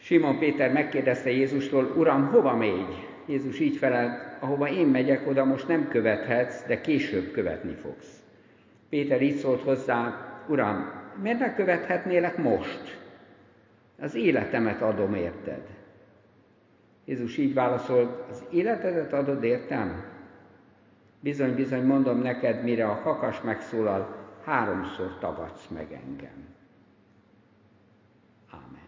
Simon Péter megkérdezte Jézustól: Uram, hova megy? Jézus így felelt: ahova én megyek, oda most nem követhetsz, de később követni fogsz. Péter így szólt hozzá: Uram, miért ne követhetnélek most? Az életemet adom érted. Jézus így válaszolt: az életedet adod értem? Bizony, bizony, mondom neked, mire a kakas megszólal, 3-szor tagadsz meg engem. Ámen.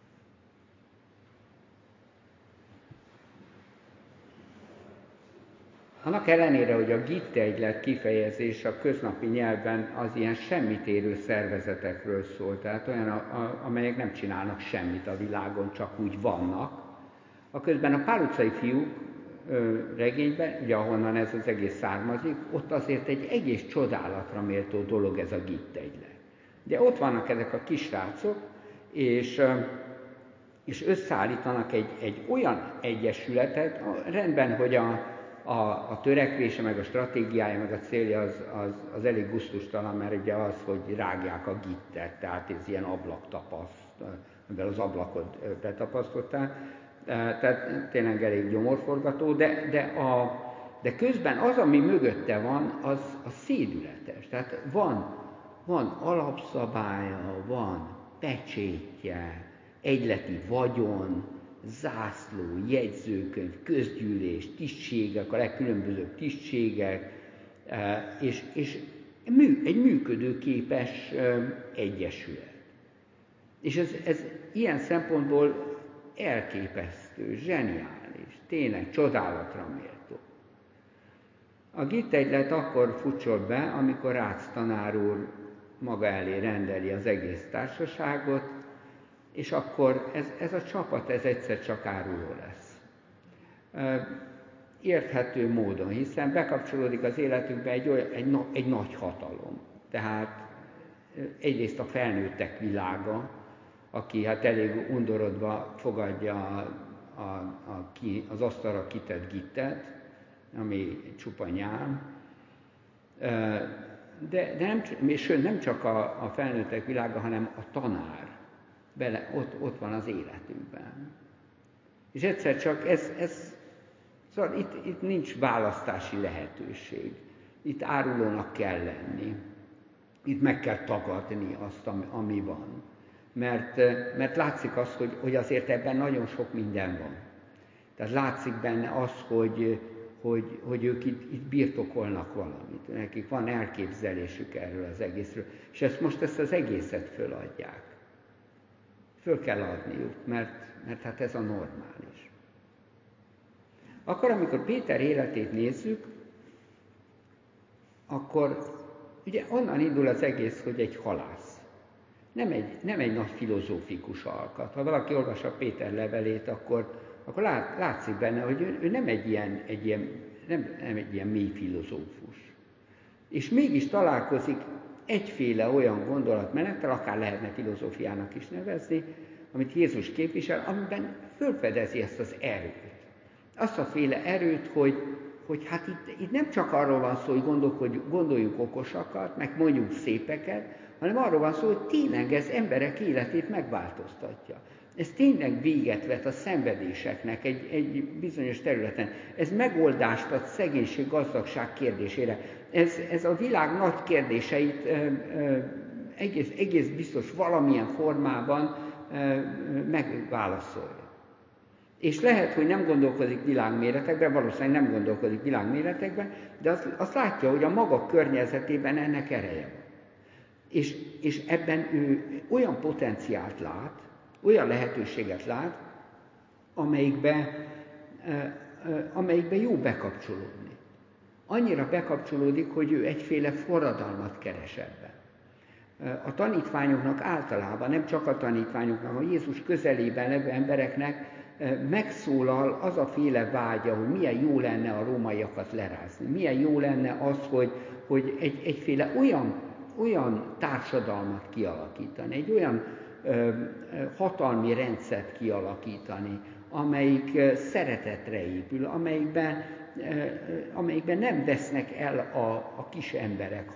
Annak ellenére, hogy a gittegylet kifejezés a köznapi nyelvben az ilyen semmit érő szervezetekről szól, tehát olyan, amelyek nem csinálnak semmit a világon, csak úgy vannak, aközben a Pál utcai fiúk regényben, ugye ahonnan ez az egész származik, ott azért egy egész csodálatra méltó dolog ez a gittegylet. Ugye ott vannak ezek a kisrácok, és összeállítanak egy olyan egyesületet, rendben, hogy a törekvése, meg a stratégiája, meg a célja az elég gusztustalan, mert ugye az, hogy rágják a gittet, tehát ez ilyen ablaktapaszt, amivel az ablakot betapasztották, tehát tényleg elég gyomorforgató, de közben az, ami mögötte van, az szédületes. Tehát van alapszabálya, van pecsétje, egyleti vagyon, zászló, jegyzőkönyv, közgyűlés, tisztségek, a legkülönbözőbb tisztségek, és egy működőképes egyesület. És ez ilyen szempontból elképesztő, zseniális, tényleg csodálatra méltó. A gittegylet akkor futcsol be, amikor Rácz tanár úr maga elé rendeli az egész társaságot, és akkor ez a csapat egyszer csak áruló lesz. Érthető módon, hiszen bekapcsolódik az életükbe egy nagy hatalom. Tehát egyrészt a felnőttek világa, aki hát elég undorodva fogadja az asztalra kitett gittet, ami csupa nyám. De nem csak a felnőttek világa, hanem a tanár. Ott van az életünkben. És egyszer csak szóval itt nincs választási lehetőség. Itt árulónak kell lenni. Itt meg kell tagadni azt, ami van. Mert látszik az, hogy azért ebben nagyon sok minden van. Tehát látszik benne az, hogy ők itt birtokolnak valamit. Nekik van elképzelésük erről az egészről. És ezt az egészet föladják. Föl kell adniuk, mert hát ez a normális. Akkor, amikor Péter életét nézzük, akkor ugye onnan indul az egész, hogy egy halász. Nem egy nagy filozófikus alkat. Ha valaki olvassa Péter levelét, akkor látszik benne, hogy ő nem egy ilyen mély filozófus. És mégis találkozik egyféle olyan gondolatmenettel, akár lehetne filozófiának is nevezni, amit Jézus képvisel, amiben felfedezi ezt az erőt. Azt a féle erőt, hogy hát itt nem csak arról van szó, hogy gondoljuk okosakat, meg mondjuk szépeket, hanem arról van szó, hogy tényleg ez emberek életét megváltoztatja. Ez tényleg véget vet a szenvedéseknek egy bizonyos területen. Ez megoldást ad szegénység, gazdagság kérdésére. Ez a világ nagy kérdéseit egész biztos valamilyen formában megválaszolja. És lehet, hogy nem gondolkodik világméretekben, valószínűleg nem gondolkodik világméretekben, de azt látja, hogy a maga környezetében ennek ereje van. És ebben ő olyan potenciált lát, olyan lehetőséget lát, amelyikbe jó bekapcsolódni. Annyira bekapcsolódik, hogy ő egyféle forradalmat keres ebben. A tanítványoknak általában, nem csak a tanítványoknak, a Jézus közelében levő embereknek megszólal az a féle vágya, hogy milyen jó lenne a rómaiakat lerázni. Milyen jó lenne az, hogy egyféle olyan társadalmat kialakítani, egy olyan hatalmi rendszert kialakítani, amelyik szeretetre épül, amelyikben nem vesznek el a kis emberek,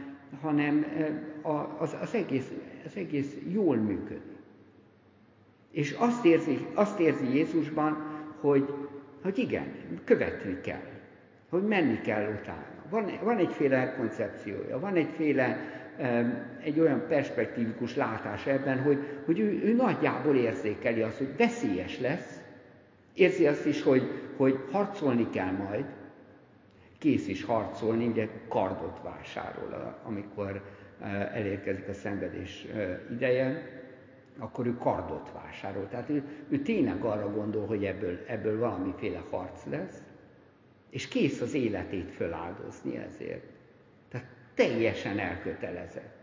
hanem az egész jól működik. És azt érzi Jézusban, hogy igen, követni kell, hogy menni kell utána. Van egyféle koncepciója, van egy olyan perspektívikus látás ebben, hogy ő nagyjából érzékeli azt, hogy veszélyes lesz, érzi azt is, hogy harcolni kell majd, kész is harcolni, ugye kardot vásárol, amikor elérkezik a szenvedés ideje, akkor ő kardot vásárol. Tehát ő tényleg arra gondol, hogy ebből valamiféle harc lesz, és kész az életét föláldozni ezért. Tehát teljesen elkötelezett.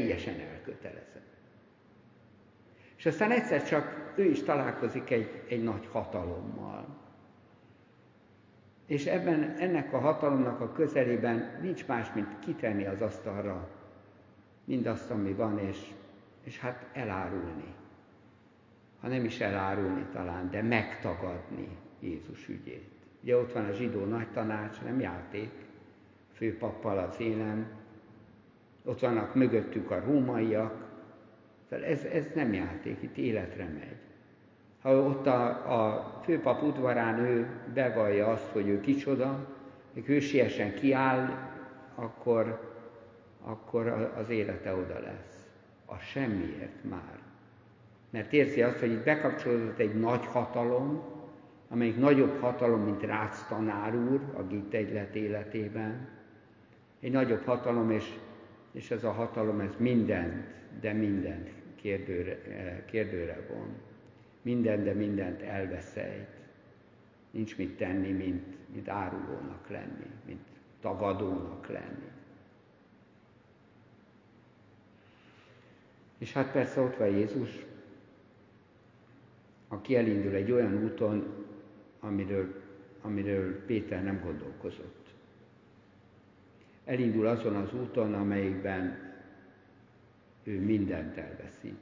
És aztán egyszer csak ő is találkozik egy nagy hatalommal. És ennek a hatalomnak a közelében nincs más, mint kitenni az asztalra mindazt, ami van, és hát elárulni. Ha nem is elárulni talán, de megtagadni Jézus ügyét. Ugye ott van a zsidó nagytanács, nem játék, főpappal az élen, ott vannak mögöttük a rómaiak, ez nem játék, itt életre megy. Ha ott a főpap udvarán ő bevallja azt, hogy ő kicsoda, hogy hősiesen kiáll, akkor az élete oda lesz. A semmiért már. Mert érzi azt, hogy itt bekapcsolódott egy nagy hatalom, amelyik nagyobb hatalom, mint Rácz tanár úr a Gitt egylet életében. Egy nagyobb hatalom, és ez a hatalom, ez mindent, de mindent kérdőre von. Minden, de mindent elveszejt. Nincs mit tenni, mint árulónak lenni, mint tagadónak lenni. És hát persze ott van Jézus, aki elindul egy olyan úton, amiről Péter nem gondolkozott. Elindul azon az úton, amelyikben ő mindent elveszít.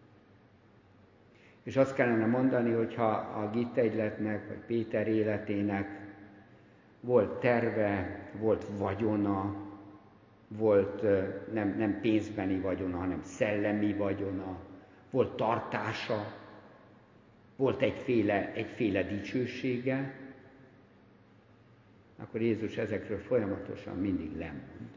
És azt kellene mondani, hogy ha a Gitt egyletnek, vagy Péter életének volt terve, volt vagyona, volt nem pénzbeni vagyona, hanem szellemi vagyona, volt tartása, volt egyféle dicsősége, akkor Jézus ezekről folyamatosan mindig lemond.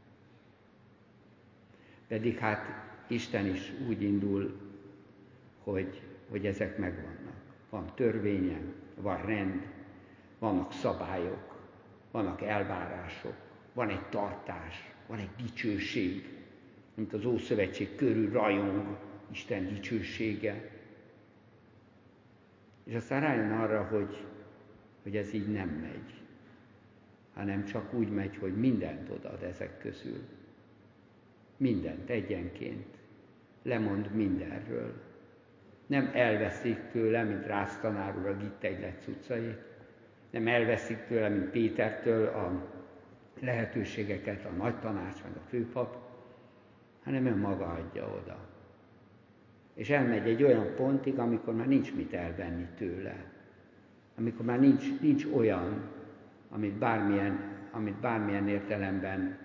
Pedig hát Isten is úgy indul, hogy ezek megvannak. Van törvénye, van rend, vannak szabályok, vannak elvárások, van egy tartás, van egy dicsőség, mint az Ószövetség körül rajong Isten dicsősége. És aztán rájön arra, hogy ez így nem megy, hanem csak úgy megy, hogy mindent odaad ezek közül. Mindent egyenként. Lemond mindenről. Nem elveszik tőle, mint Rácz tanár úr a Gitt egylet cuccait. Nem elveszik tőle, mint Pétertől a lehetőségeket, a nagy tanács, meg a főpap, hanem önmaga adja oda. És elmegy egy olyan pontig, amikor már nincs mit elvenni tőle. Amikor már nincs olyan, amit bármilyen értelemben,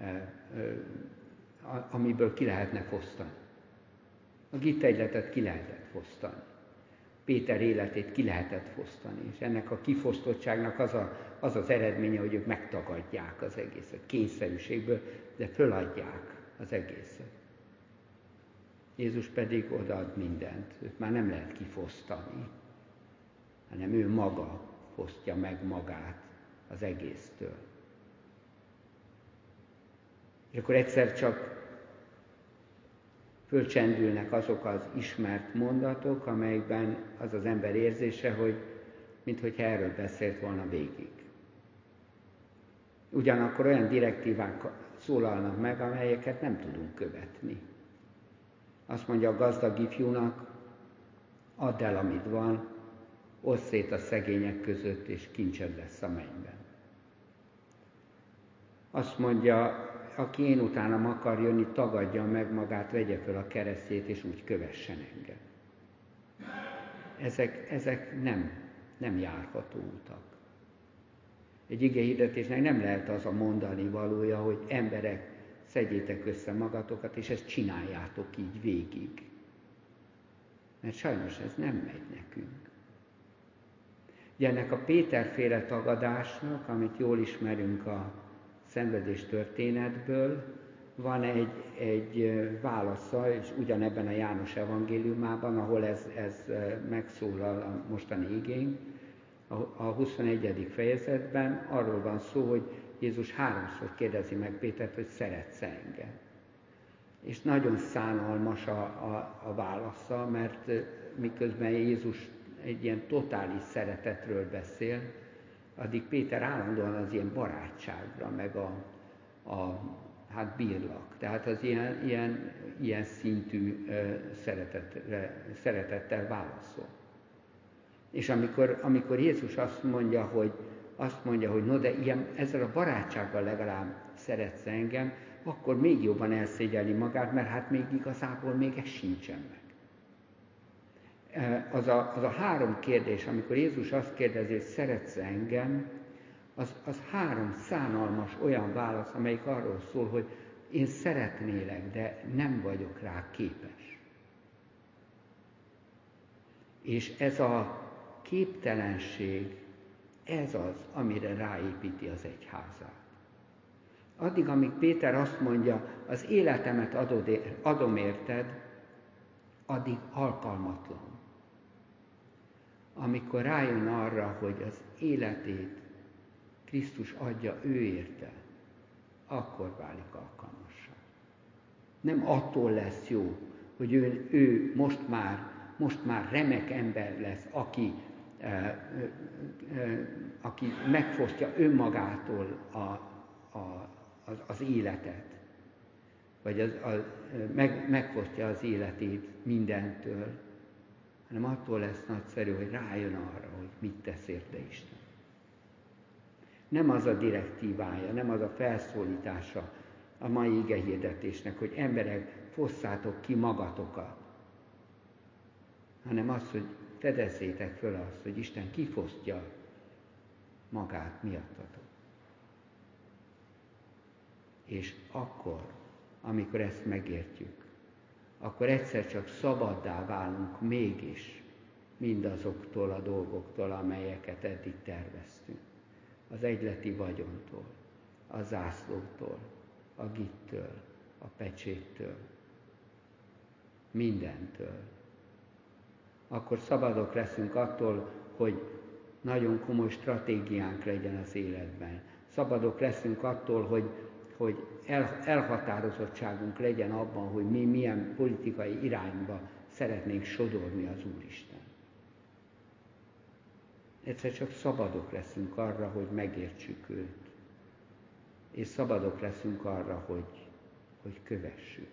amiből ki lehetne fosztani. A Gitt egyletet ki lehetett fosztani. Péter életét ki lehetett fosztani. És ennek a kifosztottságnak az az eredménye, hogy ők megtagadják az egészet. Kényszerűségből, de föladják az egészet. Jézus pedig odaad mindent. Őt már nem lehet kifosztani, hanem ő maga fosztja meg magát az egésztől. És akkor egyszer csak fölcsendülnek azok az ismert mondatok, amelyekben az az ember érzése, hogy minthogyha erről beszélt volna végig. Ugyanakkor olyan direktívák szólalnak meg, amelyeket nem tudunk követni. Azt mondja a gazdag ifjúnak, add el, amit van, oszd szét a szegények között, és kincsed lesz a mennyben. Azt mondja, aki én utánam akar jönni, tagadja meg magát, vegye föl a keresztjét, és úgy kövessen engem. Ezek nem járható utak. Egy igehirdetésnek nem lehet az a mondani valója, hogy emberek, szedjétek össze magatokat, és ezt csináljátok így végig. Mert sajnos ez nem megy nekünk. Ugye ennek a Péter-féle tagadásnak, amit jól ismerünk a szenvedés történetből, van egy válasza, és ugyanebben a János evangéliumában, ahol ez megszólal a mostani igény, a 21. fejezetben arról van szó, hogy Jézus 3-szor kérdezi meg Pétert, hogy szeretsz engem. És nagyon szánalmas a válasza, mert miközben Jézus egy ilyen totális szeretetről beszél, addig Péter állandóan az ilyen barátságra, meg bírlak. Tehát az ilyen szintű szeretettel válaszol. És amikor Jézus azt mondja, hogy no, de ezzel a barátsággal legalább szeretsz engem, akkor még jobban elszégyelli magát, mert hát még igazából még ez sincsen meg. Az a 3 kérdés, amikor Jézus azt kérdezi, hogy szeretsz engem, az 3 szánalmas olyan válasz, amelyik arról szól, hogy én szeretnélek, de nem vagyok rá képes. És ez a képtelenség, ez az, amire ráépíti az egyházát. Addig, amíg Péter azt mondja, az életemet adom érted, addig alkalmatlan. Amikor rájön arra, hogy az életét Krisztus adja ő érte, akkor válik alkalmassá. Nem attól lesz jó, hogy ő most már remek ember lesz, aki megfosztja önmagától az életet, vagy megfosztja az életét mindentől, hanem attól lesz nagyszerű, hogy rájön arra, hogy mit tesz érte Isten. Nem az a direktívája, nem az a felszólítása a mai igehirdetésnek, hogy emberek, fosszátok ki magatokat, hanem az, hogy fedezzétek föl azt, hogy Isten kifosztja magát miattatok. És akkor, amikor ezt megértjük, akkor egyszer csak szabaddá válunk mégis mindazoktól a dolgoktól, amelyeket eddig terveztünk. Az egyleti vagyontól, a zászlótól, a gittől, a pecséttől, mindentől. Akkor szabadok leszünk attól, hogy nagyon komoly stratégiánk legyen az életben. Szabadok leszünk attól, hogy elhatározottságunk legyen abban, hogy mi milyen politikai irányba szeretnénk sodorni az Úristen. Egyszer csak szabadok leszünk arra, hogy megértsük őt. És szabadok leszünk arra, hogy kövessük.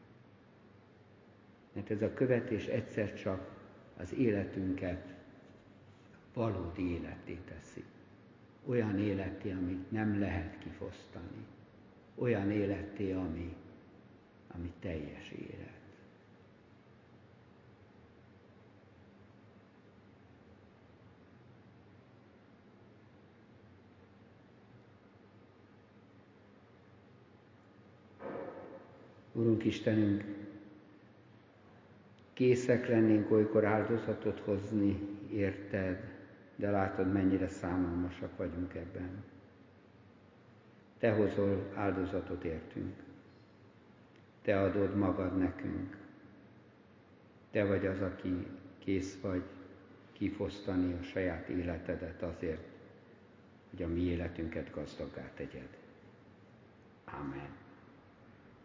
Mert ez a követés egyszer csak az életünket valódi életté teszi. Olyan életté, amit nem lehet kifosztani. Olyan életté, ami teljes élet. Urunk Istenünk, készek lennénk olykor áldozatot hozni érted, de látod, mennyire szánalmasak vagyunk ebben. Te hozol áldozatot értünk. Te adod magad nekünk. Te vagy az, aki kész vagy kifosztani a saját életedet azért, hogy a mi életünket gazdaggá tegyed. Ámen.